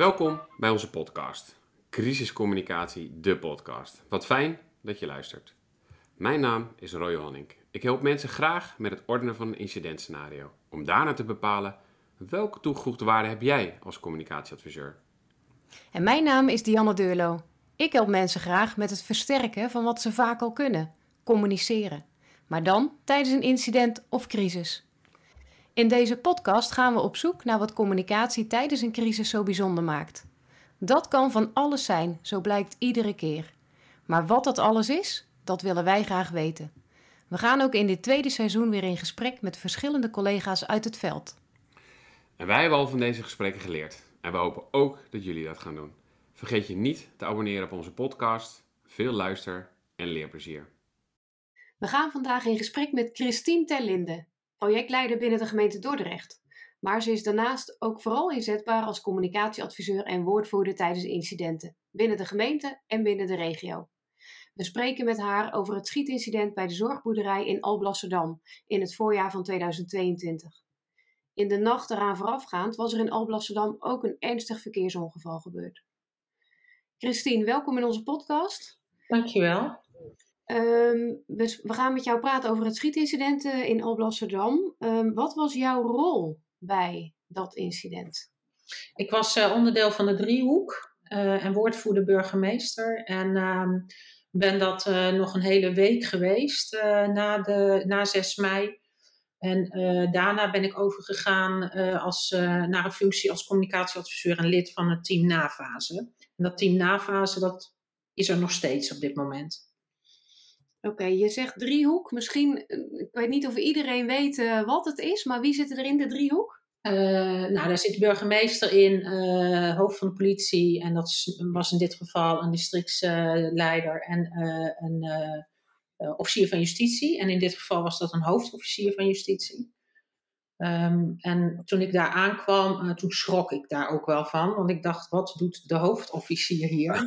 Welkom bij onze podcast. Crisiscommunicatie, de podcast. Wat fijn dat je luistert. Mijn naam is Roy Honink. Ik help mensen graag met het ordenen van een incidentscenario. Om daarna te bepalen welke toegevoegde waarde heb jij als communicatieadviseur. En mijn naam is Dianne Deurlo. Ik help mensen graag met het versterken van wat ze vaak al kunnen: communiceren. Maar dan tijdens een incident of crisis. In deze podcast gaan we op zoek naar wat communicatie tijdens een crisis zo bijzonder maakt. Dat kan van alles zijn, zo blijkt iedere keer. Maar wat dat alles is, dat willen wij graag weten. We gaan ook in dit tweede seizoen weer in gesprek met verschillende collega's uit het veld. En wij hebben al van deze gesprekken geleerd. En we hopen ook dat jullie dat gaan doen. Vergeet je niet te abonneren op onze podcast. Veel luister- en leerplezier. We gaan vandaag in gesprek met Christine Terlinde, projectleider binnen de gemeente Dordrecht. Maar ze is daarnaast ook vooral inzetbaar als communicatieadviseur en woordvoerder tijdens incidenten, binnen de gemeente en binnen de regio. We spreken met haar over het schietincident bij de zorgboerderij in Alblasserdam in het voorjaar van 2022. In de nacht eraan voorafgaand was er in Alblasserdam ook een ernstig verkeersongeval gebeurd. Christine, welkom in onze podcast. Dankjewel. We gaan met jou praten over het schietincident in Alblasserdam. Wat was jouw rol bij dat incident? Ik was onderdeel van de driehoek en woordvoerder burgemeester. En ben dat nog een hele week geweest na 6 mei. En daarna ben ik overgegaan naar een functie als communicatieadviseur en lid van het team nafase. En dat team nafase, dat is er nog steeds op dit moment. Oké, je zegt driehoek. Misschien, ik weet niet of iedereen weet wat het is, maar wie zit er in de driehoek? Daar zit de burgemeester in, hoofd van de politie. En dat was in dit geval een districtsleider en een officier van justitie. En in dit geval was dat een hoofdofficier van justitie. En toen ik daar aankwam, toen schrok ik daar ook wel van. Want ik dacht, wat doet de hoofdofficier hier?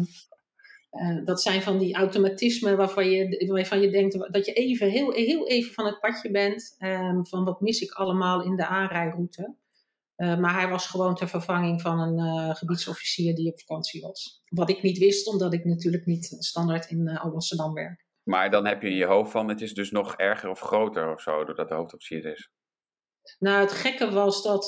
Dat zijn van die automatismen waarvan je denkt dat je heel even van het padje bent. Van wat mis ik allemaal in de aanrijroute. Maar hij was gewoon ter vervanging van een gebiedsofficier die op vakantie was. Wat ik niet wist, omdat ik natuurlijk niet standaard in Alblasserdam werk. Maar dan heb je in je hoofd van, het is dus nog erger of groter of zo, doordat de hoofdofficier is. Nou, het gekke was dat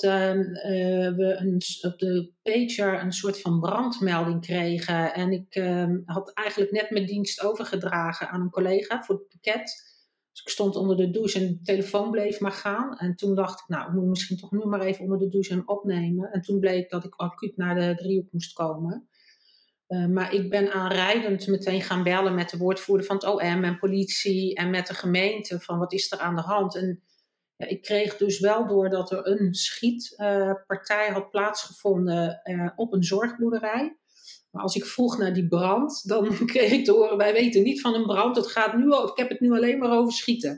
we op de pager een soort van brandmelding kregen. En ik had eigenlijk net mijn dienst overgedragen aan een collega voor het pakket. Dus ik stond onder de douche en de telefoon bleef maar gaan. En toen dacht ik, nou, ik moet misschien toch nu maar even onder de douche hem opnemen. En toen bleek dat ik acuut naar de driehoek moest komen. Maar ik ben aanrijdend meteen gaan bellen met de woordvoerder van het OM en politie en met de gemeente van wat is er aan de hand. En ja, ik kreeg dus wel door dat er een schietpartij had plaatsgevonden op een zorgboerderij. Maar als ik vroeg naar die brand, dan kreeg ik te horen, wij weten niet van een brand, het gaat nu over, ik heb het nu alleen maar over schieten.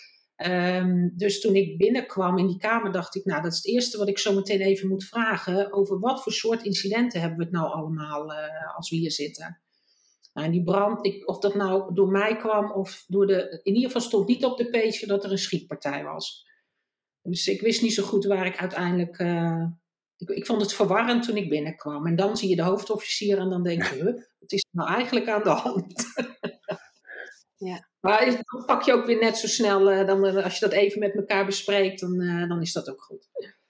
Dus toen ik binnenkwam in die kamer dacht ik, nou dat is het eerste wat ik zo meteen even moet vragen. Over wat voor soort incidenten hebben we het nou allemaal als we hier zitten. Nou, en die brand, of dat nou door mij kwam of in ieder geval stond niet op de page dat er een schietpartij was. Dus ik wist niet zo goed waar ik uiteindelijk... Ik vond het verwarrend toen ik binnenkwam. En dan zie je de hoofdofficier en dan denk je, wat is er nou eigenlijk aan de hand? Ja. Maar dat pak je ook weer net zo snel. Als je dat even met elkaar bespreekt, dan is dat ook goed.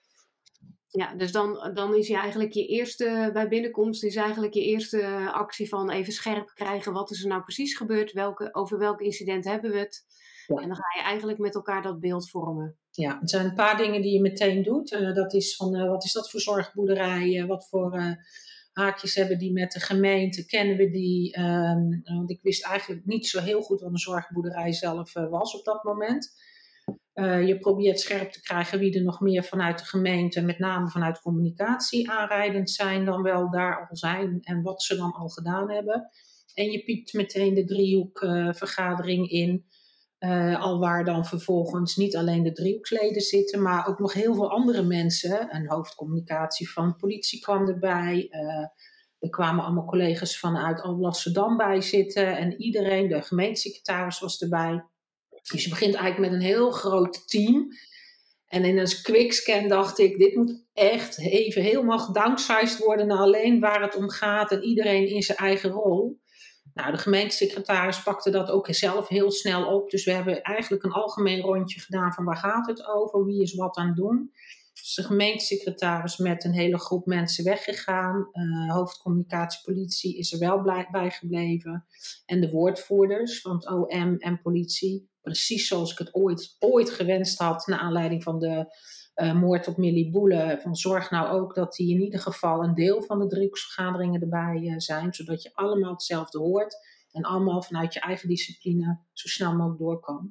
Ja, dus dan is eigenlijk je eerste, bij binnenkomst is eigenlijk je eerste actie van even scherp krijgen. Wat is er nou precies gebeurd? Over welk incident hebben we het? Ja. En dan ga je eigenlijk met elkaar dat beeld vormen. Ja, het zijn een paar dingen die je meteen doet. Dat is van, wat is dat voor zorgboerderij? Wat voor haakjes hebben die met de gemeente? Kennen we die? Want ik wist eigenlijk niet zo heel goed wat een zorgboerderij zelf was op dat moment. Je probeert scherp te krijgen wie er nog meer vanuit de gemeente, met name vanuit communicatie, aanrijdend zijn dan wel daar al zijn en wat ze dan al gedaan hebben. En je piept meteen de driehoekvergadering in. Alwaar dan vervolgens niet alleen de driehoeksleden zitten, maar ook nog heel veel andere mensen. Een hoofdcommunicatie van politie kwam erbij. Er kwamen allemaal collega's vanuit Alblasserdam bij zitten. En iedereen, de gemeentesecretaris was erbij. Dus je begint eigenlijk met een heel groot team. En in een quickscan dacht ik, dit moet echt even helemaal gedownsized worden naar alleen waar het om gaat en iedereen in zijn eigen rol. Nou, de gemeentesecretaris pakte dat ook zelf heel snel op. Dus we hebben eigenlijk een algemeen rondje gedaan van waar gaat het over, wie is wat aan het doen. Dus de gemeentesecretaris met een hele groep mensen weggegaan. Hoofdcommunicatiepolitie is er wel bij gebleven. En de woordvoerders van het OM en politie. Precies zoals ik het ooit gewenst had. Naar aanleiding van de moord op Millie Boele. Van zorg nou ook dat die in ieder geval een deel van de driehoeksvergaderingen erbij zijn. Zodat je allemaal hetzelfde hoort. En allemaal vanuit je eigen discipline zo snel mogelijk door kan.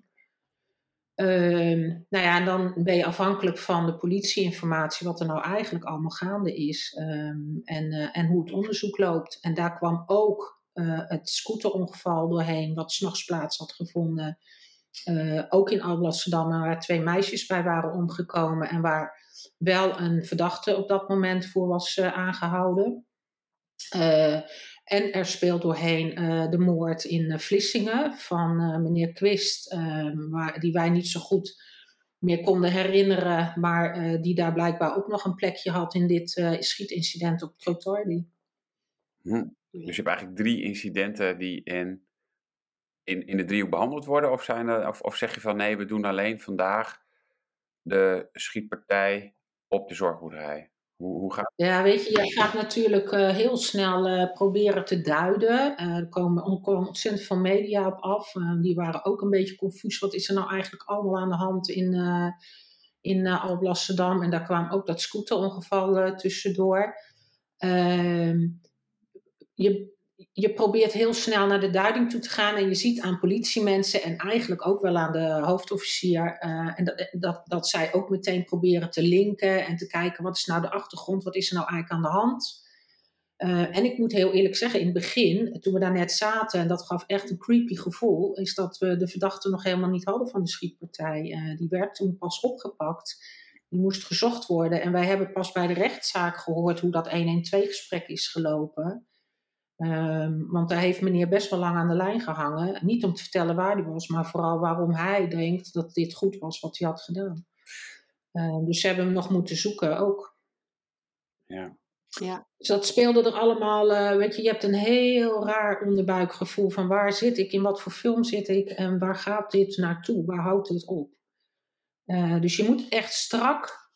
Nou ja, en dan ben je afhankelijk van de politieinformatie wat er nou eigenlijk allemaal gaande is en hoe het onderzoek loopt. En daar kwam ook het scooterongeval doorheen, wat 's nachts plaats had gevonden. Ook in Alblasserdam, waar 2 meisjes bij waren omgekomen en waar wel een verdachte op dat moment voor was aangehouden. En er speelt doorheen de moord in Vlissingen van meneer Quist, die wij niet zo goed meer konden herinneren, maar die daar blijkbaar ook nog een plekje had in dit schietincident op Trotardi. Dus je hebt eigenlijk 3 incidenten die in de driehoek behandeld worden? Of zeg je van nee, we doen alleen vandaag de schietpartij op de zorgboerderij? Hoe gaat het? Ja, weet je, je gaat natuurlijk heel snel proberen te duiden. Er komen ontzettend veel media op af. Die waren ook een beetje confuus. Wat is er nou eigenlijk allemaal aan de hand in Alblasserdam? En daar kwam ook dat scooterongeval tussendoor. Je probeert heel snel naar de duiding toe te gaan. En je ziet aan politiemensen en eigenlijk ook wel aan de hoofdofficier. En dat zij ook meteen proberen te linken en te kijken wat is nou de achtergrond, wat is er nou eigenlijk aan de hand. En ik moet heel eerlijk zeggen, in het begin, toen we daar net zaten, en dat gaf echt een creepy gevoel, is dat we de verdachte nog helemaal niet hadden van de schietpartij. Die werd toen pas opgepakt. Die moest gezocht worden. En wij hebben pas bij de rechtszaak gehoord hoe dat 112-gesprek is gelopen. Want daar heeft meneer best wel lang aan de lijn gehangen. Niet om te vertellen waar hij was, maar vooral waarom hij denkt dat dit goed was wat hij had gedaan. Dus ze hebben hem nog moeten zoeken ook. Ja. Ja. Dus dat speelde er allemaal, weet je hebt een heel raar onderbuikgevoel van waar zit ik, in wat voor film zit ik en waar gaat dit naartoe, waar houdt dit op. Dus je moet echt strak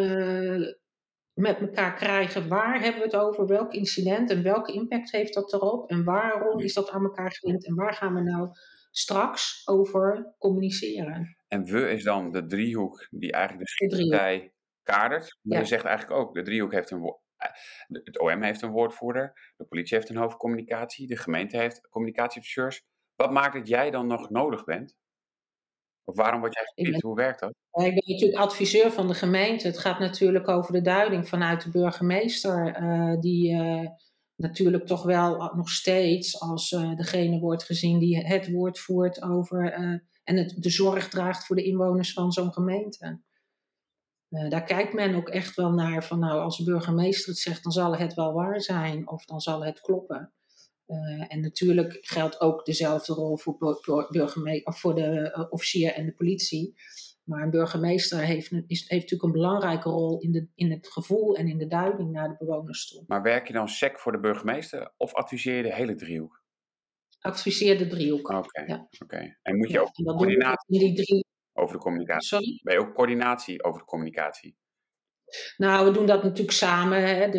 met elkaar krijgen, waar hebben we het over, welk incident en welke impact heeft dat erop en waarom is dat aan elkaar gelinkt en waar gaan we nou straks over communiceren. En we is dan de driehoek die eigenlijk de De driehoek. schietpartij kadert. Maar Ja. je zegt eigenlijk ook, de driehoek heeft het OM heeft een woordvoerder, de politie heeft een hoofdcommunicatie, de gemeente heeft communicatieadviseurs. Wat maakt dat jij dan nog nodig bent? Of waarom word jij gekiet? Hoe werkt dat? Ik ben natuurlijk adviseur van de gemeente. Het gaat natuurlijk over de duiding vanuit de burgemeester, die natuurlijk toch wel nog steeds als degene wordt gezien die het woord voert over en de zorg draagt voor de inwoners van zo'n gemeente. Daar kijkt men ook echt wel naar van nou, als de burgemeester het zegt, dan zal het wel waar zijn of dan zal het kloppen. En natuurlijk geldt ook dezelfde rol voor de officier en de politie. Maar een burgemeester heeft natuurlijk een belangrijke rol in het gevoel en in de duiding naar de bewoners toe. Maar werk je dan sec voor de burgemeester of adviseer je de hele driehoek? Adviseer de driehoek. Oké. Ja. En moet je Ja, ook en dat doen we coördinatie in die 3. over de communicatie? Sorry? Ben je ook coördinatie over de communicatie? Nou, we doen dat natuurlijk samen, hè?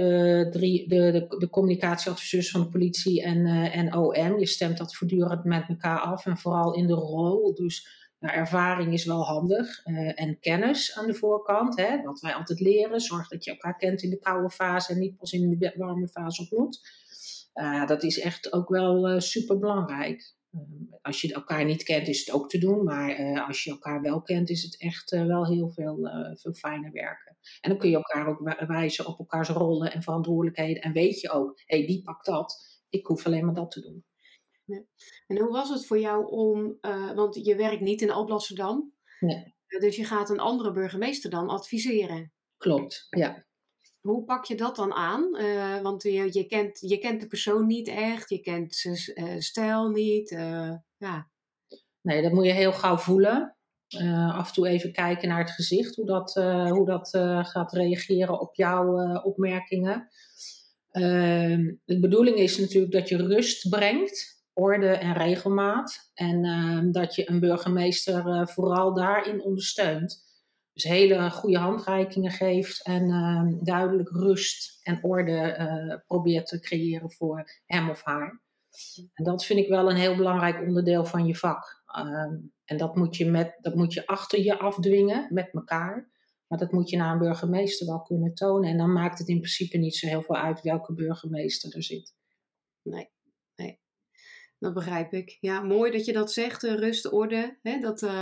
De communicatieadviseurs van de politie en OM. Je stemt dat voortdurend met elkaar af en vooral in de rol. Dus ervaring is wel handig en kennis aan de voorkant. Hè? Wat wij altijd leren, zorg dat je elkaar kent in de koude fase en niet pas in de warme fase ontmoet. Dat is echt ook wel super belangrijk. Als je elkaar niet kent is het ook te doen, maar als je elkaar wel kent is het echt wel heel veel fijner werken. En dan kun je elkaar ook wijzen op elkaars rollen en verantwoordelijkheden en weet je ook, hé, die pakt dat, ik hoef alleen maar dat te doen. Ja. En hoe was het voor jou om, want je werkt niet in Alblasserdam, Nee. Dus je gaat een andere burgemeester dan adviseren. Klopt, ja. Hoe pak je dat dan aan? Want je kent de persoon niet echt, je kent zijn stijl niet. Ja. Nee, dat moet je heel gauw voelen. Af en toe even kijken naar het gezicht, hoe dat gaat reageren op jouw opmerkingen. De bedoeling is natuurlijk dat je rust brengt, orde en regelmaat. En dat je een burgemeester vooral daarin ondersteunt. Dus hele goede handreikingen geeft en duidelijk rust en orde probeert te creëren voor hem of haar. En dat vind ik wel een heel belangrijk onderdeel van je vak. En dat moet je achter je afdwingen met elkaar. Maar dat moet je naar een burgemeester wel kunnen tonen. En dan maakt het in principe niet zo heel veel uit welke burgemeester er zit. Nee. Dat begrijp ik. Ja, mooi dat je dat zegt, rust, orde. Hè?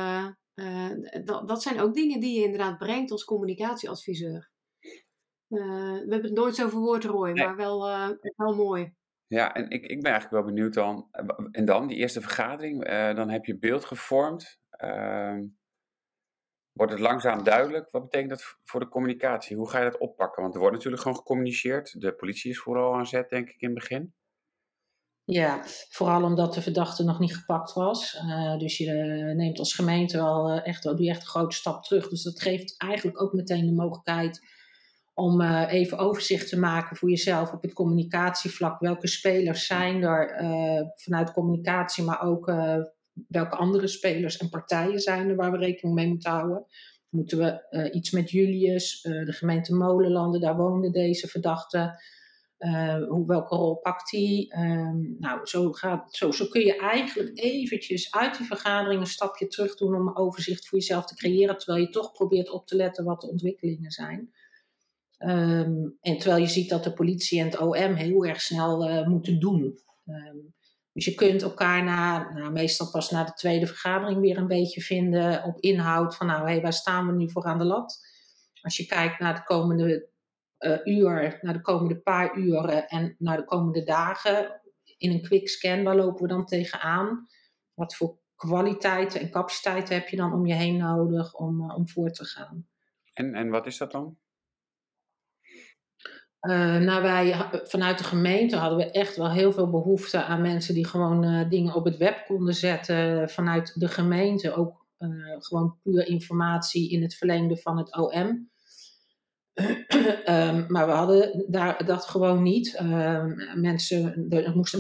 Dat zijn ook dingen die je inderdaad brengt als communicatieadviseur. We hebben het nooit zo verwoord, Roy, Nee. maar wel mooi. Ja, en ik ben eigenlijk wel benieuwd dan. En dan, die eerste vergadering, dan heb je beeld gevormd. Wordt het langzaam duidelijk? Wat betekent dat voor de communicatie? Hoe ga je dat oppakken? Want er wordt natuurlijk gewoon gecommuniceerd. De politie is vooral aan zet, denk ik, in het begin. Ja, vooral omdat de verdachte nog niet gepakt was. Dus je neemt als gemeente doe je echt een grote stap terug. Dus dat geeft eigenlijk ook meteen de mogelijkheid om even overzicht te maken voor jezelf op het communicatievlak. Welke spelers zijn er vanuit communicatie, maar ook welke andere spelers en partijen zijn er waar we rekening mee moeten houden. Moeten we iets met Julius, de gemeente Molenlanden, daar woonde deze verdachte. Welke rol pakt hij? Zo kun je eigenlijk eventjes uit die vergadering een stapje terug doen om een overzicht voor jezelf te creëren, terwijl je toch probeert op te letten wat de ontwikkelingen zijn. En terwijl je ziet dat de politie en het OM heel erg snel moeten doen. Dus je kunt elkaar meestal pas na de tweede vergadering weer een beetje vinden op inhoud van waar staan we nu voor aan de lat? Als je kijkt naar de komende naar de komende paar uren en naar de komende dagen in een quick scan, waar lopen we dan tegenaan? Wat voor kwaliteiten en capaciteiten heb je dan om je heen nodig om voor te gaan? En wat is dat dan? Wij vanuit de gemeente hadden we echt wel heel veel behoefte aan mensen die gewoon dingen op het web konden zetten. Vanuit de gemeente ook gewoon puur informatie in het verlengde van het OM. Maar we hadden dat gewoon niet. Er moest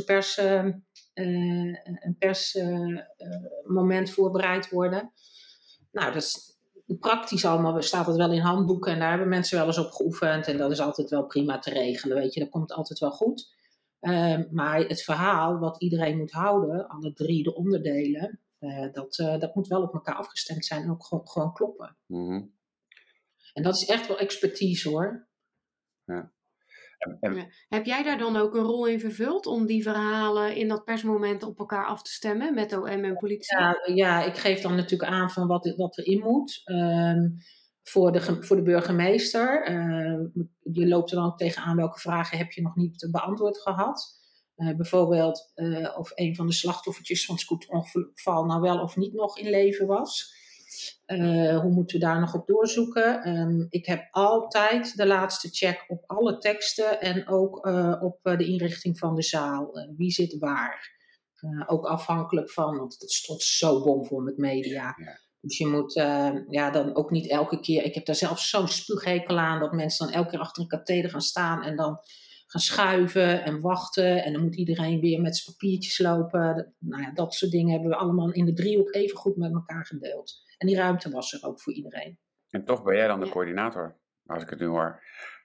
een persmoment voorbereid worden. Nou, dat is praktisch allemaal, staat het wel in handboeken en daar hebben mensen wel eens op geoefend en dat is altijd wel prima te regelen, weet je, dat komt altijd wel goed. Maar het verhaal wat iedereen moet houden, alle 3 de onderdelen, dat moet wel op elkaar afgestemd zijn en ook gewoon kloppen. Mm-hmm. En dat is echt wel expertise, hoor. Ja. Heb jij daar dan ook een rol in vervuld om die verhalen in dat persmoment op elkaar af te stemmen met OM en politie? Ja, ik geef dan natuurlijk aan van wat erin moet. Voor de burgemeester. Je loopt er dan ook tegenaan welke vragen heb je nog niet beantwoord gehad. Bijvoorbeeld of een van de slachtoffertjes van het scooterongeval nou wel of niet nog in leven was. Hoe moeten we daar nog op doorzoeken? Ik heb altijd de laatste check op alle teksten en ook op de inrichting van de zaal. Wie zit waar? Ook afhankelijk van, want het stond zo bomvol met media. Ja. Dus je moet dan ook niet elke keer. Ik heb daar zelf zo'n spuughekel aan dat mensen dan elke keer achter een katheder gaan staan en dan gaan schuiven en wachten. En dan moet iedereen weer met zijn papiertjes lopen. Dat soort dingen hebben we allemaal in de driehoek even goed met elkaar gedeeld. En die ruimte was er ook voor iedereen. En toch ben jij dan de coördinator, als ik het nu hoor.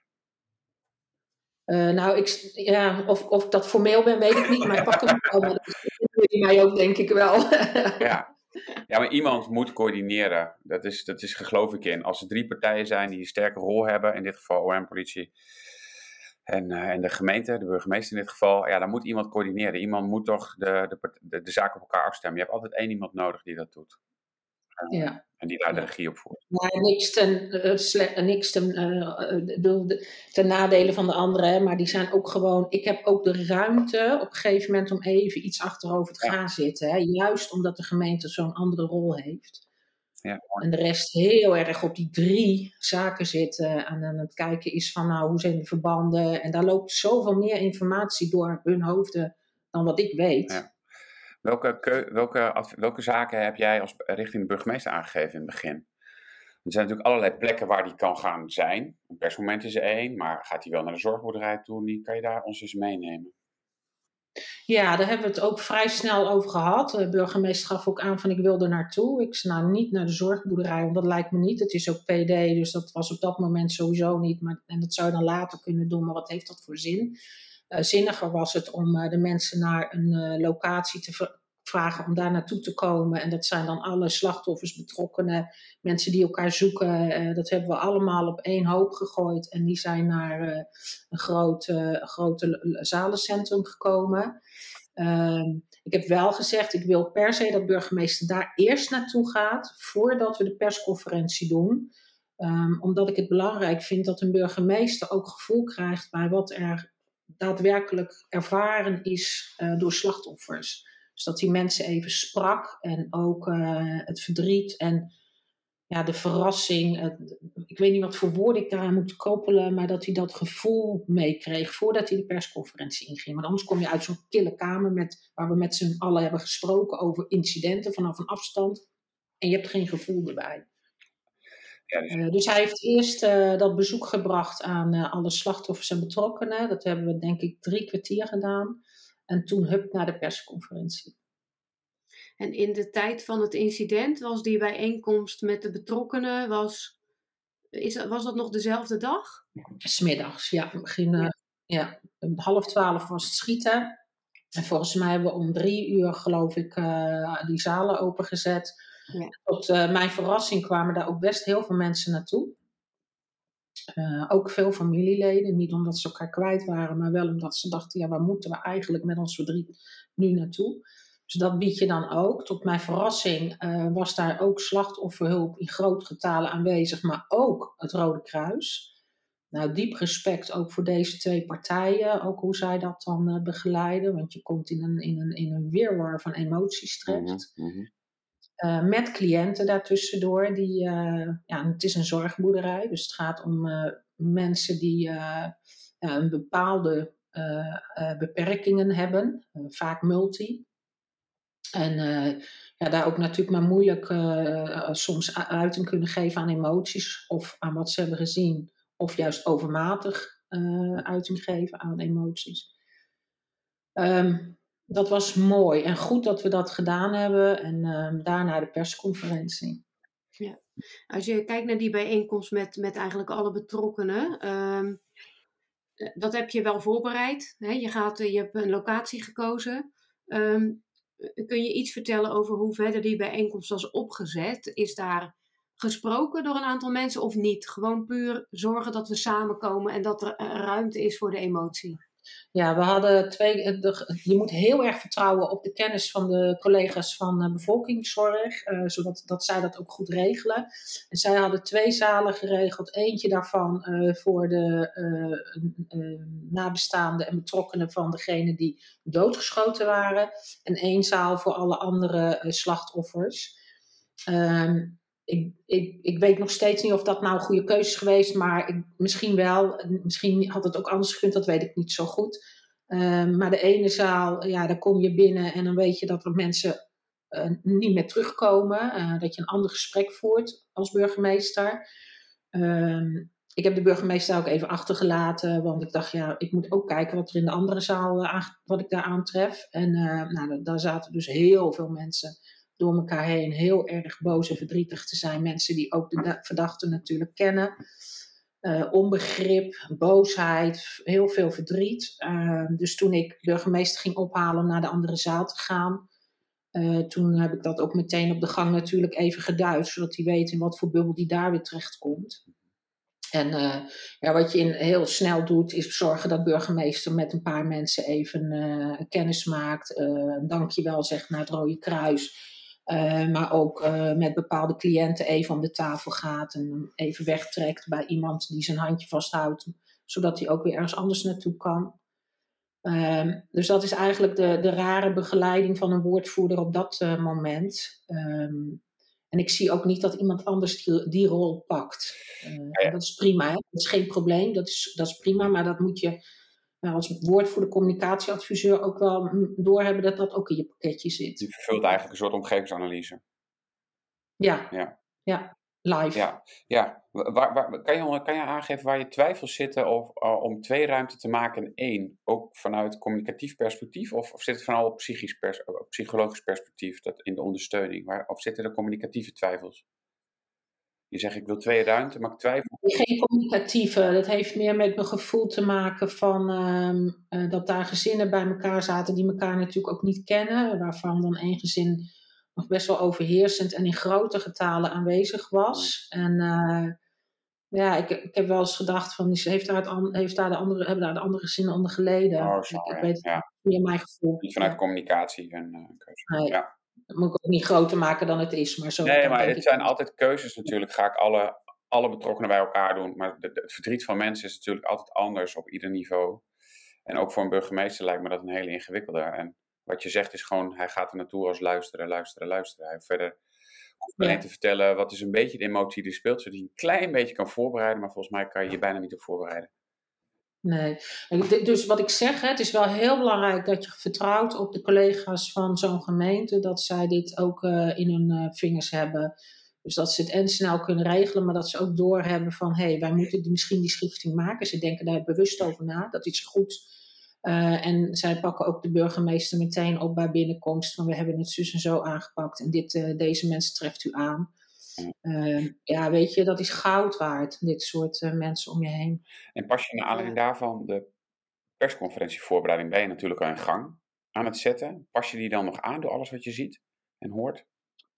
Of ik dat formeel ben, weet ik niet. Maar ik pak hem wel. Maar dat jullie mij ook, denk ik wel. Ja, maar iemand moet coördineren. Dat is geloof ik in. Als er 3 partijen zijn die een sterke rol hebben, in dit geval OM, politie en de gemeente, de burgemeester in dit geval, dan moet iemand coördineren. Iemand moet toch de zaak op elkaar afstemmen. Je hebt altijd 1 iemand nodig die dat doet. En die daar de regie op voert. Ja, niks ten nadele van de anderen, maar die zijn ook gewoon. Ik heb ook de ruimte op een gegeven moment om even iets achterover te gaan zitten. Hè, juist omdat de gemeente zo'n andere rol heeft. Ja. En de rest heel erg op die 3 zaken zitten en aan het kijken is van hoe zijn de verbanden. En daar loopt zoveel meer informatie door hun hoofden dan wat ik weet. Ja. Welke zaken heb jij richting de burgemeester aangegeven in het begin? Er zijn natuurlijk allerlei plekken waar die kan gaan zijn. Een persmoment is er één, maar gaat hij wel naar de zorgboerderij toe? Kan je daar ons eens meenemen? Ja, daar hebben we het ook vrij snel over gehad. De burgemeester gaf ook aan van ik wil er naartoe. Ik zei nou niet naar de zorgboerderij, want dat lijkt me niet. Het is ook PD, dus dat was op dat moment sowieso niet. En dat zou je dan later kunnen doen, maar wat heeft dat voor zin? Zinniger was het om de mensen naar een locatie te vragen om daar naartoe te komen. En dat zijn dan alle slachtoffers, betrokkenen, mensen die elkaar zoeken. Dat hebben we allemaal op één hoop gegooid. En die zijn naar een grote zalencentrum gekomen. Ik heb wel gezegd, ik wil per se dat burgemeester daar eerst naartoe gaat, voordat we de persconferentie doen. Omdat ik het belangrijk vind dat een burgemeester ook gevoel krijgt bij wat er daadwerkelijk ervaren is door slachtoffers. Dus dat die mensen even sprak en ook het verdriet en ja, de verrassing. Ik weet niet wat voor woorden ik daaraan moet koppelen, maar dat hij dat gevoel meekreeg voordat hij de persconferentie inging. Want anders kom je uit zo'n kille kamer waar we met z'n allen hebben gesproken over incidenten vanaf een afstand en je hebt geen gevoel erbij. Ja, dus hij heeft eerst dat bezoek gebracht aan alle slachtoffers en betrokkenen. Dat hebben we denk ik 3 kwartier gedaan. En toen hup naar de persconferentie. En in de tijd van het incident was die bijeenkomst met de betrokkenen, was dat nog dezelfde dag? 'S Middags, ja. Ja, 11:30 was het schieten. En volgens mij hebben we om 3:00, geloof ik, die zalen opengezet. Ja. Tot mijn verrassing kwamen daar ook best heel veel mensen naartoe. Ook veel familieleden. Niet omdat ze elkaar kwijt waren, maar wel omdat ze dachten, ja, waar moeten we eigenlijk met ons verdriet nu naartoe? Dus dat bied je dan ook. Tot mijn verrassing was daar ook slachtofferhulp in groot getale aanwezig, maar ook het Rode Kruis. Nou, diep respect ook voor deze 2 partijen, ook hoe zij dat dan begeleiden, want je komt in een wirwar van emoties terecht. Mm-hmm. Met cliënten daartussendoor. Het is een zorgboerderij, dus het gaat om mensen die een bepaalde beperkingen hebben, vaak multi. En daar ook natuurlijk maar moeilijk soms uiting kunnen geven aan emoties of aan wat ze hebben gezien, of juist overmatig uiting geven aan emoties. Dat was mooi en goed dat we dat gedaan hebben en daarna de persconferentie. Ja. Als je kijkt naar die bijeenkomst met eigenlijk alle betrokkenen, dat heb je wel voorbereid. Hè? Je hebt een locatie gekozen. Kun je iets vertellen over hoe verder die bijeenkomst was opgezet? Is daar gesproken door een aantal mensen of niet? Gewoon puur zorgen dat we samenkomen en dat er ruimte is voor de emotie. Ja, we hadden je moet heel erg vertrouwen op de kennis van de collega's van bevolkingszorg, zodat zij dat ook goed regelen. En zij hadden 2 zalen geregeld. Eentje daarvan voor de nabestaanden en betrokkenen van degenen die doodgeschoten waren. En 1 zaal voor alle andere slachtoffers. Ik weet nog steeds niet of dat nou een goede keuze is geweest, maar misschien wel. Misschien had het ook anders gekund, dat weet ik niet zo goed. Maar de ene zaal, ja, daar kom je binnen en dan weet je dat er mensen niet meer terugkomen. Dat je een ander gesprek voert als burgemeester. Ik heb de burgemeester ook even achtergelaten, want ik dacht, ja, ik moet ook kijken wat er in de andere zaal, wat ik daar aantref. En daar zaten dus heel veel mensen door elkaar heen heel erg boos en verdrietig te zijn. Mensen die ook de verdachten natuurlijk kennen. Onbegrip, boosheid, heel veel verdriet. Dus toen ik burgemeester ging ophalen om naar de andere zaal te gaan, toen heb ik dat ook meteen op de gang natuurlijk even geduid, zodat hij weet in wat voor bubbel die daar weer terecht komt. En wat je heel snel doet, is zorgen dat burgemeester met een paar mensen even kennis maakt. Dankjewel zegt naar het Rode Kruis. Maar ook met bepaalde cliënten even om de tafel gaat en even wegtrekt bij iemand die zijn handje vasthoudt, zodat hij ook weer ergens anders naartoe kan. Dus dat is eigenlijk de rare begeleiding van een woordvoerder op dat moment. En ik zie ook niet dat iemand anders die rol pakt. Dat is prima, hè? Dat is geen probleem, dat is prima, maar dat moet je als woordvoerder communicatieadviseur ook wel doorhebben dat dat ook in je pakketje zit. Die vervult eigenlijk een soort omgevingsanalyse. Ja, Ja. live. Ja. Kan je aangeven waar je twijfels zitten om 2 ruimte te maken in 1? Ook vanuit communicatief perspectief? Of zit het vooral op psychologisch perspectief dat in de ondersteuning? Of zitten er communicatieve twijfels? Je zegt ik wil 2 ruimte, maar ik twijfel. Geen communicatieve. Dat heeft meer met mijn gevoel te maken van dat daar gezinnen bij elkaar zaten die elkaar natuurlijk ook niet kennen. Waarvan dan één gezin nog best wel overheersend en in grote getalen aanwezig was. En ik heb wel eens gedacht van, hebben daar de andere gezinnen onder geleden? Oh, zo, Ik weet het ja. niet meer mijn gevoel. Niet vanuit communicatie en keuze. Nee. Ja. Dat moet ik ook niet groter maken dan het is. Maar zo, Nee, dat maar denk het ik zijn niet. altijd keuzes natuurlijk. Ga ik alle betrokkenen bij elkaar doen. Maar het verdriet van mensen is natuurlijk altijd anders op ieder niveau. En ook voor een burgemeester lijkt me dat een hele ingewikkelde. En wat je zegt is gewoon, hij gaat er naartoe als luisteren. Hij verder hoeft alleen te vertellen wat is een beetje de emotie die speelt. Zodat hij een klein beetje kan voorbereiden. Maar volgens mij kan je je bijna niet op voorbereiden. Nee. Dus wat ik zeg, het is wel heel belangrijk dat je vertrouwt op de collega's van zo'n gemeente, dat zij dit ook in hun vingers hebben. Dus dat ze het en snel kunnen regelen, maar dat ze ook doorhebben van, wij moeten misschien die schifting maken. Ze denken daar bewust over na, dat is goed. En zij pakken ook de burgemeester meteen op bij binnenkomst van, we hebben het zus en zo aangepakt en deze mensen treft u aan. Weet je, dat is goud waard, dit soort mensen om je heen. En pas je naar aanleiding daarvan de persconferentievoorbereiding ben je natuurlijk al in gang aan het zetten. Pas je die dan nog aan door alles wat je ziet en hoort?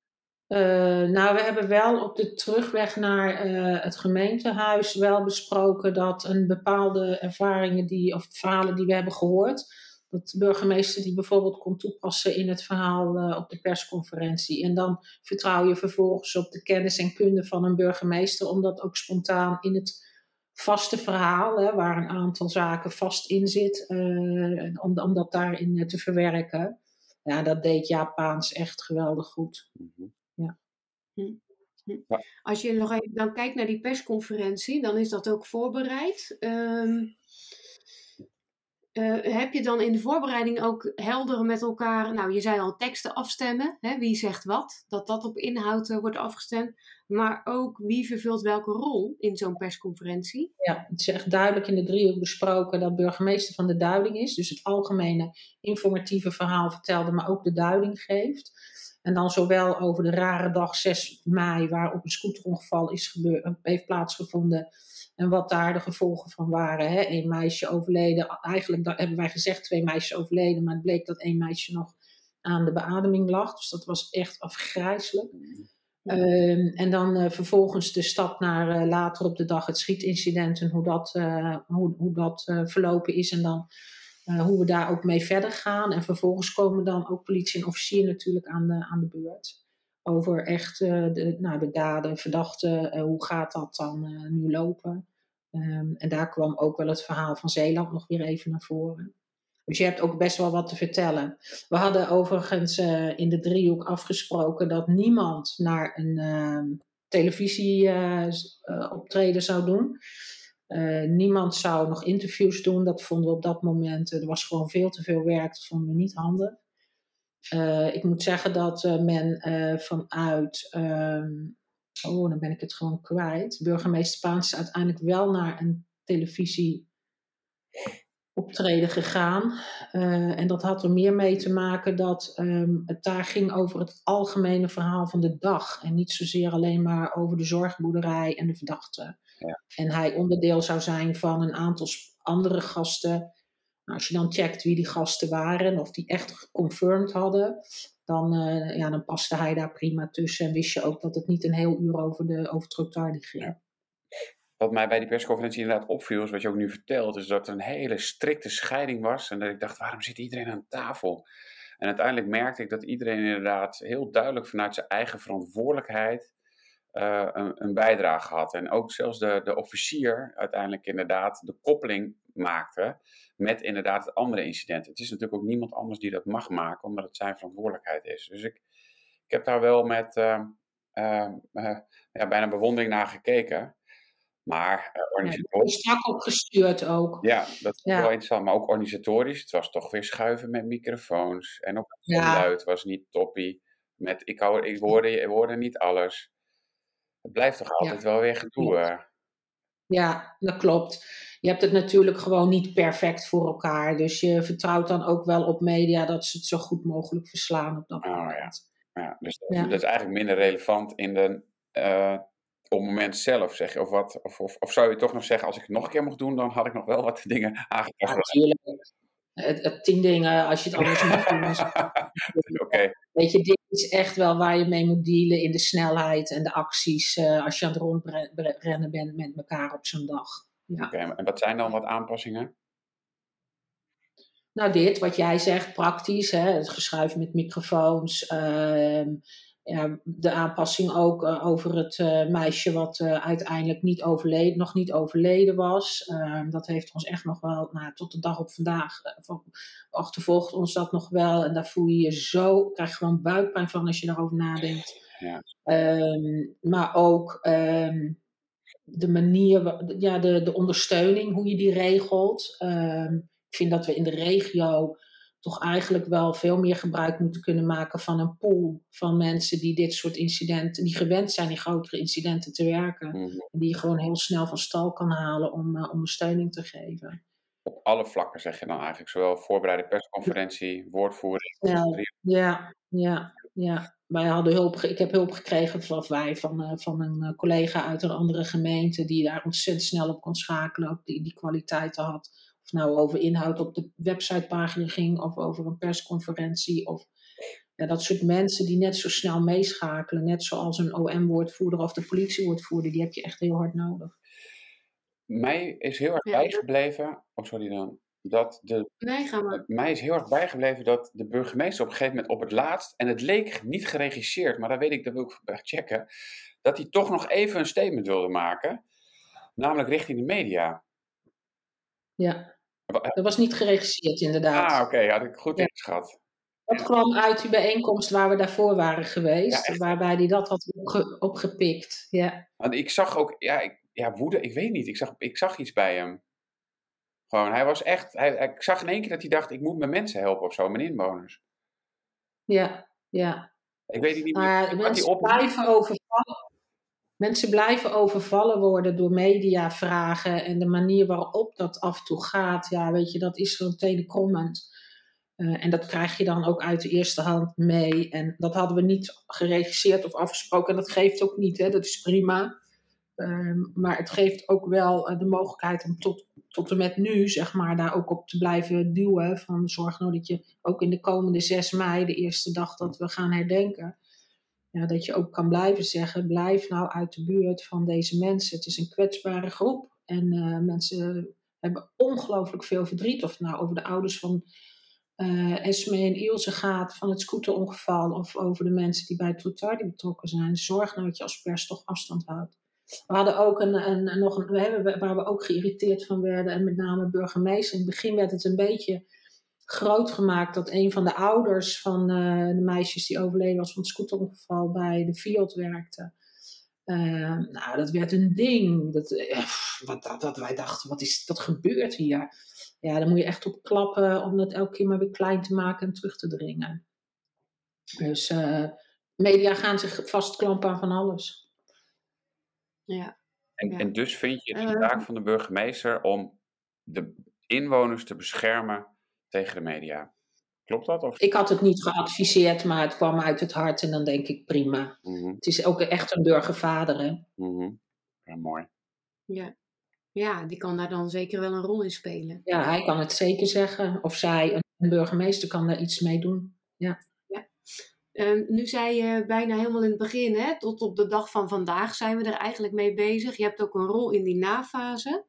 We hebben wel op de terugweg naar het gemeentehuis wel besproken dat een bepaalde ervaringen of verhalen die we hebben gehoord, dat de burgemeester die bijvoorbeeld kon toepassen in het verhaal op de persconferentie. En dan vertrouw je vervolgens op de kennis en kunde van een burgemeester om dat ook spontaan in het vaste verhaal, waar een aantal zaken vast in zit, om dat daarin te verwerken. Ja, dat deed Jaap Paens echt geweldig goed. Mhm. Ja. Ja. Als je nog even dan kijkt naar die persconferentie, dan is dat ook voorbereid. Heb je dan in de voorbereiding ook helder met elkaar, nou je zei al teksten afstemmen, wie zegt wat, dat op inhoud wordt afgestemd, maar ook wie vervult welke rol in zo'n persconferentie? Ja, het is echt duidelijk in de driehoek besproken dat burgemeester van de duiding is, dus het algemene informatieve verhaal vertelde, maar ook de duiding geeft. En dan zowel over de rare dag 6 mei, waarop een scooterongeval heeft plaatsgevonden. En wat daar de gevolgen van waren. Eén meisje overleden. Eigenlijk hebben wij gezegd 2 meisjes overleden. Maar het bleek dat 1 meisje nog aan de beademing lag. Dus dat was echt afgrijselijk. En dan vervolgens de stap naar later op de dag het schietincident. En hoe dat verlopen is. En dan hoe we daar ook mee verder gaan. En vervolgens komen dan ook politie en officier natuurlijk aan de beurt. Over echt de daden, verdachten, hoe gaat dat dan nu lopen. En daar kwam ook wel het verhaal van Zeeland nog weer even naar voren. Dus je hebt ook best wel wat te vertellen. We hadden overigens in de driehoek afgesproken dat niemand naar een televisieoptreden zou doen. Niemand zou nog interviews doen. Dat vonden we op dat moment, er was gewoon veel te veel werk. Dat vonden we niet handig. Ik moet zeggen dat men vanuit, dan ben ik het gewoon kwijt. Burgemeester Paens is uiteindelijk wel naar een televisieoptreden gegaan. En dat had er meer mee te maken dat het daar ging over het algemene verhaal van de dag. En niet zozeer alleen maar over de zorgboerderij en de verdachte. Ja. En hij onderdeel zou zijn van een aantal andere gasten. Nou, als je dan checkt wie die gasten waren en of die echt geconfirmed hadden, dan paste hij daar prima tussen. En wist je ook dat het niet een heel uur over Trottardi ging. Ja. Wat mij bij die persconferentie inderdaad opviel, is wat je ook nu vertelt, is dat er een hele strikte scheiding was. En dat ik dacht, waarom zit iedereen aan tafel? En uiteindelijk merkte ik dat iedereen inderdaad heel duidelijk vanuit zijn eigen verantwoordelijkheid een bijdrage had. En ook zelfs de officier uiteindelijk inderdaad de koppeling maakte met inderdaad het andere incident. Het is natuurlijk ook niemand anders die dat mag maken, omdat het zijn verantwoordelijkheid is. Dus ik heb daar wel met bijna bewondering naar gekeken. Maar Ja, dat is organisatorisch, strak opgestuurd ook. ja, dat is wel Ja, interessant. Maar ook organisatorisch, het was toch weer schuiven met microfoons. En ook het ja, geluid was niet toppie. Met, ik hoorde niet alles. Het blijft toch altijd ja, wel weer gedoe. klopt. Ja, dat klopt. Je hebt het natuurlijk gewoon niet perfect voor elkaar. Dus je vertrouwt dan ook wel op media dat ze het zo goed mogelijk verslaan op dat Oh ja. moment. Ja, dus dat Ja. is eigenlijk minder relevant op het moment zelf, zeg je. Of, wat, of zou je toch nog zeggen, als ik het nog een keer mocht doen, dan had ik nog wel wat dingen aangepast. Natuurlijk. 10 dingen, als je het anders moet doen. Oké. Weet je, dit is echt wel waar je mee moet dealen in de snelheid en de acties. Als je aan het rondrennen bent met elkaar op zo'n dag. Ja. Oké, en wat zijn dan wat aanpassingen? Nou, dit, wat jij zegt, praktisch, hè, het geschuif met microfoons. Ja, de aanpassing ook over het meisje wat uiteindelijk nog niet overleden was. Dat heeft ons echt nog wel, nou, tot de dag op vandaag, achtervolgt ons dat nog wel. En daar voel je je zo, krijg je gewoon buikpijn van als je daarover nadenkt. Ja. Maar ook de manier, ja, de ondersteuning, hoe je die regelt. Ik vind dat we in de regio toch eigenlijk wel veel meer gebruik moeten kunnen maken van een pool van mensen die dit soort incidenten, die gewend zijn in grotere incidenten te werken. Mhm. En die je gewoon heel snel van stal kan halen om ondersteuning te geven. Op alle vlakken zeg je dan eigenlijk, zowel voorbereide persconferentie, woordvoering. Snel. Ja. Ik heb hulp gekregen van een collega uit een andere gemeente die daar ontzettend snel op kon schakelen, ook die kwaliteiten had. Of nou over inhoud op de websitepagina ging of over een persconferentie. Of ja, dat soort mensen die net zo snel meeschakelen, net zoals een OM-woordvoerder of de politiewoordvoerder, die heb je echt heel hard nodig. Mij is heel erg Ja. bijgebleven, sorry dan, dat Nee, ga maar. mij is heel erg bijgebleven dat de burgemeester op een gegeven moment op het laatst, en het leek niet geregisseerd, maar dat wil ik checken, dat hij toch nog even een statement wilde maken, namelijk richting de media. Ja, dat was niet geregisseerd inderdaad. Oké, had ik goed Ja. ingeschat. Dat kwam uit die bijeenkomst waar we daarvoor waren geweest, Ja, echt. waarbij hij dat had opgepikt. Ja. Want ik zag ook, woede, ik weet niet, ik zag iets bij hem. Gewoon, hij was echt, ik zag in één keer dat hij dacht, ik moet mijn mensen helpen of zo, mijn inwoners. Ja. Ik weet niet Maar meer wat hij mensen blijven overvallen worden door mediavragen en de manier waarop dat af en toe gaat. Ja, weet je, dat is zo'n telecomment. En dat krijg je dan ook uit de eerste hand mee. En dat hadden we niet geregisseerd of afgesproken. En dat geeft ook niet, hè? Dat is prima. Maar het geeft ook wel de mogelijkheid om tot en met nu, zeg maar, daar ook op te blijven duwen. Van zorg nou dat je ook in de komende 6 mei, de eerste dag dat we gaan herdenken, ja, dat je ook kan blijven zeggen, blijf nou uit de buurt van deze mensen. Het is een kwetsbare groep. En mensen hebben ongelooflijk veel verdriet. Of het nou over de ouders van Esme en Ilse gaat, van het scooterongeval. Of over de mensen die bij Troetardi betrokken zijn. Zorg nou dat je als pers toch afstand houdt. We hadden ook waar we ook geïrriteerd van werden. En met name burgemeester. In het begin werd het een beetje groot gemaakt dat een van de ouders van de meisjes die overleden was van het scooterongeval bij de Fiat werkte. Nou, dat werd een ding. Dat wij dachten, dat gebeurt hier? Ja, daar moet je echt op klappen om dat elke keer maar weer klein te maken en terug te dringen. Dus media gaan zich vastklampen aan van alles. Ja. En dus vind je het de taak van de burgemeester om de inwoners te beschermen tegen de media. Klopt dat? Of? Ik had het niet geadviseerd, maar het kwam uit het hart en dan denk ik prima. Mhm. Het is ook echt een burgervader, hè? Mhm. Ja, mooi. Ja, die kan daar dan zeker wel een rol in spelen. Ja, hij kan het zeker zeggen. Of zij, een burgemeester, kan daar iets mee doen. Ja. Nu zei je bijna helemaal in het begin, hè, tot op de dag van vandaag zijn we er eigenlijk mee bezig. Je hebt ook een rol in die nafase.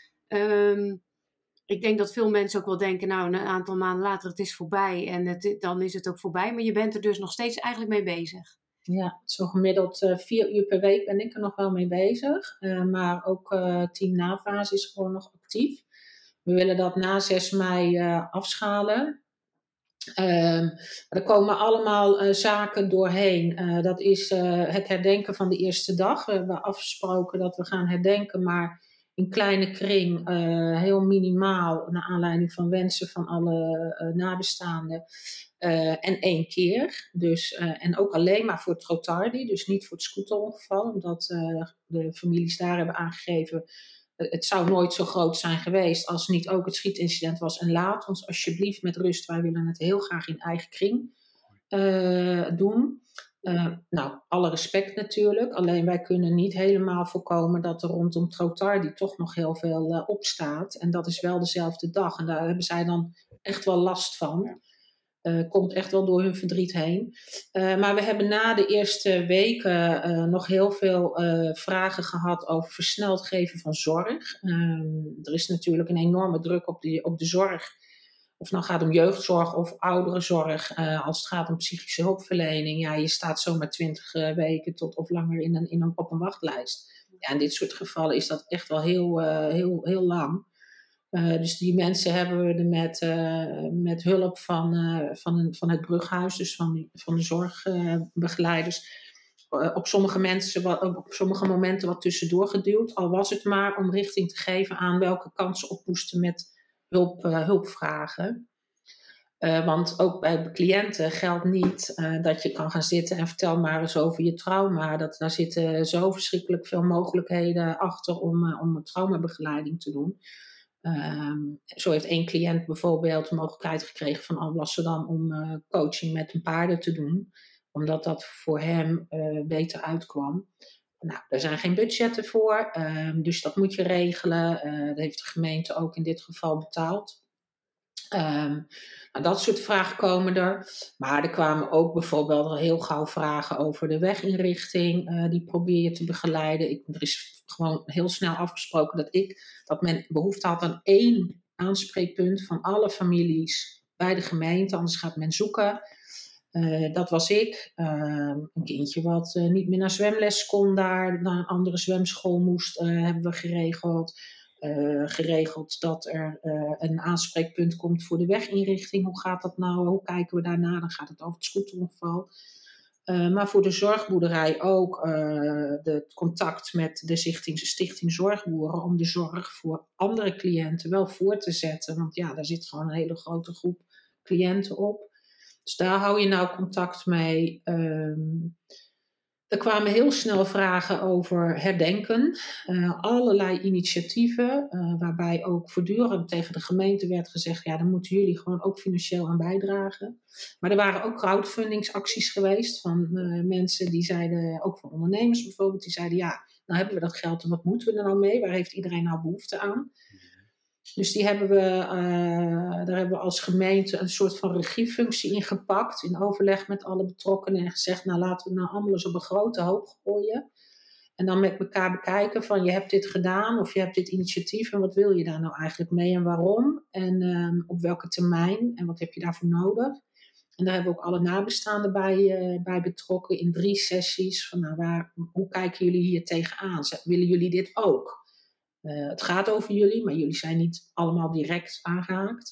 Ik denk dat veel mensen ook wel denken, nou, een aantal maanden later, het is voorbij en dan is het ook voorbij. Maar je bent er dus nog steeds eigenlijk mee bezig. Ja, zo gemiddeld 4 uur per week ben ik er nog wel mee bezig. Maar ook Team Nafase is gewoon nog actief. We willen dat na 6 mei afschalen. Er komen allemaal zaken doorheen. Dat is het herdenken van de eerste dag. We hebben afgesproken dat we gaan herdenken, maar in kleine kring, heel minimaal, naar aanleiding van wensen van alle nabestaanden. En 1 keer. Dus, en ook alleen maar voor het Trotardi, dus niet voor het scooterongeval, omdat de families daar hebben aangegeven. Het zou nooit zo groot zijn geweest als niet ook het schietincident was. En laat ons alsjeblieft met rust. Wij willen het heel graag in eigen kring doen. Nou, alle respect natuurlijk. Alleen wij kunnen niet helemaal voorkomen dat er rondom Trotardi toch nog heel veel opstaat. En dat is wel dezelfde dag. En daar hebben zij dan echt wel last van. Komt echt wel door hun verdriet heen. Maar we hebben na de eerste weken nog heel veel vragen gehad over versneld geven van zorg. Er is natuurlijk een enorme druk op de zorg. Of nou gaat om jeugdzorg of ouderenzorg. Als het gaat om psychische hulpverlening. Ja, je staat zomaar 20 weken tot of langer op een wachtlijst. Ja, in dit soort gevallen is dat echt wel heel lang. Dus die mensen hebben we er met hulp van het brughuis, dus van de zorgbegeleiders, op sommige momenten wat tussendoor geduwd. Al was het maar om richting te geven aan welke kansen op moesten met hulpvragen. Want ook bij cliënten geldt niet dat je kan gaan zitten en vertel maar eens over je trauma. Daar zitten zo verschrikkelijk veel mogelijkheden achter om traumabegeleiding te doen. Zo heeft 1 cliënt bijvoorbeeld de mogelijkheid gekregen van Alblasserdam om coaching met een paarden te doen. Omdat dat voor hem beter uitkwam. Nou, daar zijn geen budgetten voor, dus dat moet je regelen. Dat heeft de gemeente ook in dit geval betaald. Nou, dat soort vragen komen er. Maar er kwamen ook bijvoorbeeld al heel gauw vragen over de weginrichting. Die probeer je te begeleiden. Er is gewoon heel snel afgesproken dat men behoefte had aan 1 aanspreekpunt van alle families bij de gemeente. Anders gaat men zoeken. Dat was ik. Een kindje wat niet meer naar zwemles kon daar, naar een andere zwemschool moest, hebben we geregeld. Geregeld dat er een aanspreekpunt komt voor de weginrichting. Hoe gaat dat nou? Hoe kijken we daarna? Dan gaat het over het scooterongeval. Maar voor de zorgboerderij ook het contact met de stichting Zorgboeren om de zorg voor andere cliënten wel voor te zetten. Want ja, daar zit gewoon een hele grote groep cliënten op. Dus daar hou je nou contact mee. Er kwamen heel snel vragen over herdenken. Allerlei initiatieven, waarbij ook voortdurend tegen de gemeente werd gezegd, ja, dan moeten jullie gewoon ook financieel aan bijdragen. Maar er waren ook crowdfundingsacties geweest van mensen die zeiden, ook van ondernemers bijvoorbeeld, die zeiden, ja, nou hebben we dat geld en wat moeten we er nou mee? Waar heeft iedereen nou behoefte aan? Dus daar hebben we als gemeente een soort van regiefunctie in gepakt, in overleg met alle betrokkenen en gezegd, nou laten we nou allemaal eens op een grote hoop gooien. En dan met elkaar bekijken van je hebt dit gedaan of je hebt dit initiatief en wat wil je daar nou eigenlijk mee en waarom? En op welke termijn en wat heb je daarvoor nodig? En daar hebben we ook alle nabestaanden bij betrokken in 3 sessies. Van nou, hoe kijken jullie hier tegenaan? Willen jullie dit ook? Het gaat over jullie, maar jullie zijn niet allemaal direct aangehaakt.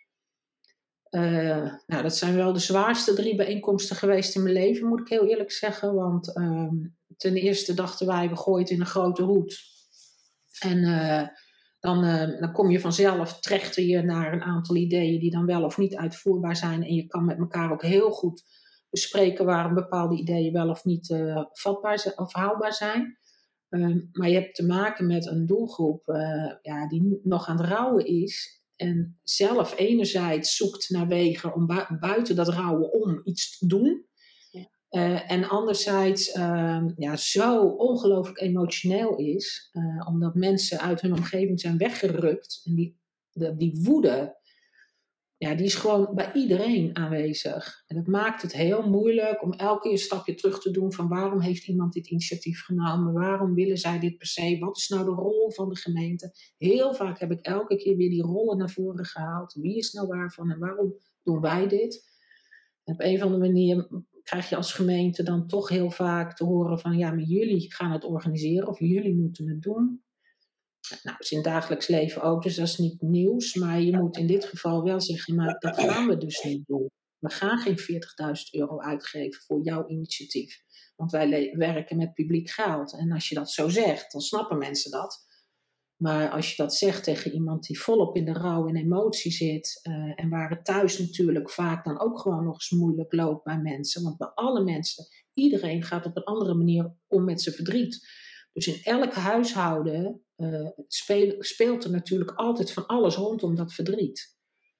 Nou, dat zijn wel de zwaarste 3 bijeenkomsten geweest in mijn leven, moet ik heel eerlijk zeggen. Want ten eerste dachten wij, we gooien het in een grote hoed. En dan kom je vanzelf, trechter je naar een aantal ideeën die dan wel of niet uitvoerbaar zijn. En je kan met elkaar ook heel goed bespreken waarom bepaalde ideeën wel of niet vatbaar of haalbaar zijn. Maar je hebt te maken met een doelgroep die nog aan het rouwen is. En zelf enerzijds zoekt naar wegen om buiten dat rouwen om iets te doen. Ja. En anderzijds zo ongelooflijk emotioneel is. Omdat mensen uit hun omgeving zijn weggerukt. En die woede, ja, die is gewoon bij iedereen aanwezig. En dat maakt het heel moeilijk om elke keer een stapje terug te doen van waarom heeft iemand dit initiatief genomen? Waarom willen zij dit per se? Wat is nou de rol van de gemeente? Heel vaak heb ik elke keer weer die rollen naar voren gehaald. Wie is nou waarvan en waarom doen wij dit? En op een of andere manier krijg je als gemeente dan toch heel vaak te horen van ja, maar jullie gaan het organiseren of jullie moeten het doen. Nou, dat is in het dagelijks leven ook, dus dat is niet nieuws. Maar je moet in dit geval wel zeggen, maar dat gaan we dus niet doen. we gaan geen €40.000 uitgeven voor jouw initiatief. Want wij werken met publiek geld. En als je dat zo zegt, dan snappen mensen dat. Maar als je dat zegt tegen iemand die volop in de rouw en emotie zit, en waar het thuis natuurlijk vaak dan ook gewoon nog eens moeilijk loopt bij mensen, want bij alle mensen, iedereen gaat op een andere manier om met zijn verdriet. Dus in elk huishouden speelt er natuurlijk altijd van alles rondom dat verdriet.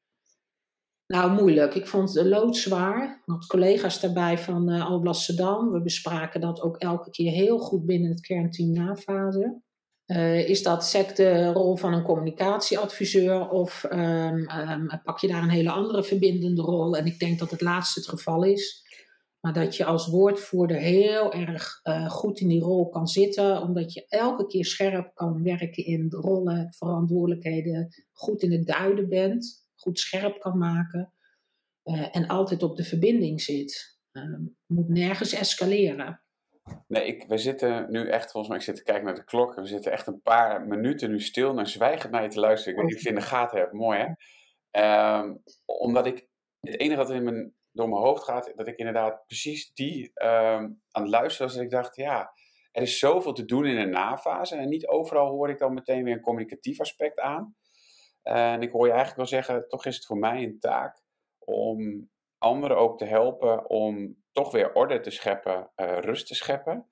Nou, moeilijk. Ik vond het loodzwaar. Ik had collega's daarbij van Alblasserdam. We bespraken dat ook elke keer heel goed binnen het kernteam nafase. Is dat SEC de rol van een communicatieadviseur of pak je daar een hele andere verbindende rol? En ik denk dat het laatste het geval is. Maar dat je als woordvoerder heel erg goed in die rol kan zitten, omdat je elke keer scherp kan werken in de rollen, verantwoordelijkheden, goed in het duiden bent, goed scherp kan maken en altijd op de verbinding zit. Moet nergens escaleren. Nee, we zitten nu echt, volgens mij, ik zit te kijken naar de klok. En we zitten echt een paar minuten nu stil naar zwijgend naar je te luisteren. Ik weet niet of je in de gaten hebt. Mooi, hè? Omdat het enige wat door mijn hoofd gaat, dat ik inderdaad precies die aan het luisteren was. Dat ik dacht, ja, er is zoveel te doen in een nafase. En niet overal hoor ik dan meteen weer een communicatief aspect aan. En ik hoor je eigenlijk wel zeggen, toch is het voor mij een taak om anderen ook te helpen om toch weer orde te scheppen, rust te scheppen.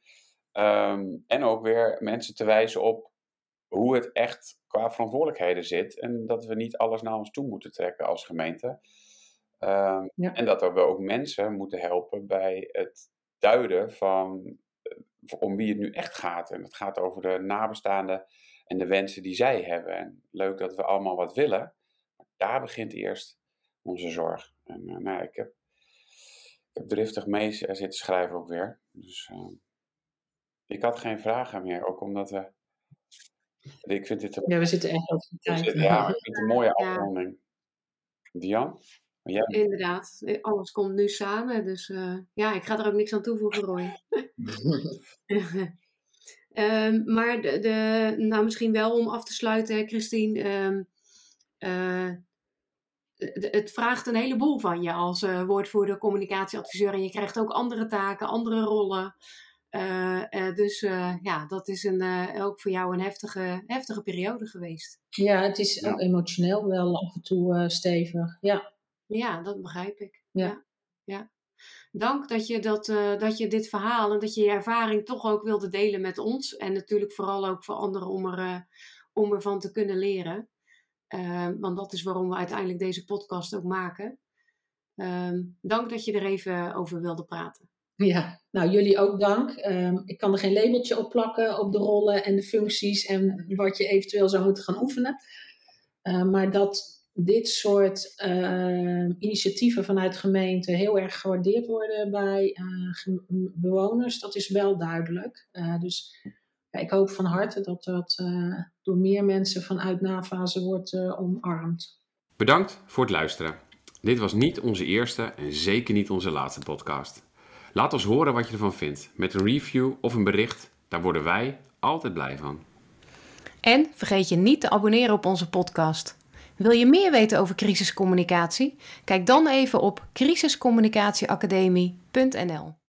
En ook weer mensen te wijzen op hoe het echt qua verantwoordelijkheden zit. En dat we niet alles naar ons toe moeten trekken als gemeente. Ja. En dat we ook mensen moeten helpen bij het duiden van om wie het nu echt gaat. En het gaat over de nabestaanden en de wensen die zij hebben. En leuk dat we allemaal wat willen. Maar daar begint eerst onze zorg. En ik heb driftig mee zitten schrijven ook weer. Dus ik had geen vragen meer. Ook omdat ik vind dit... Ja, we zitten echt op de tijd. Ja, ik vind het een mooie afronding. Dian? Ja. Inderdaad. Alles komt nu samen. Dus ik ga er ook niks aan toevoegen, Roy. Maar nou misschien wel om af te sluiten, Christine. Het vraagt een heleboel van je als woordvoerder, communicatieadviseur. En je krijgt ook andere taken, andere rollen. Dus dat is ook voor jou een heftige periode geweest. Ja, het is ook emotioneel wel af en toe stevig. Ja, dat begrijp ik. Ja. Dank dat je dit verhaal en dat je ervaring toch ook wilde delen met ons. En natuurlijk vooral ook voor anderen om ervan te kunnen leren. Want dat is waarom we uiteindelijk deze podcast ook maken. Dank dat je er even over wilde praten. Ja, nou jullie ook dank. Ik kan er geen labeltje op plakken op de rollen en de functies en wat je eventueel zou moeten gaan oefenen. Maar dat dit soort initiatieven vanuit gemeenten heel erg gewaardeerd worden bij bewoners, dat is wel duidelijk. Dus ik hoop van harte dat dat door meer mensen vanuit nafase wordt omarmd. Bedankt voor het luisteren. Dit was niet onze eerste en zeker niet onze laatste podcast. Laat ons horen wat je ervan vindt. Met een review of een bericht, daar worden wij altijd blij van. En vergeet je niet te abonneren op onze podcast. Wil je meer weten over crisiscommunicatie? Kijk dan even op crisiscommunicatieacademie.nl.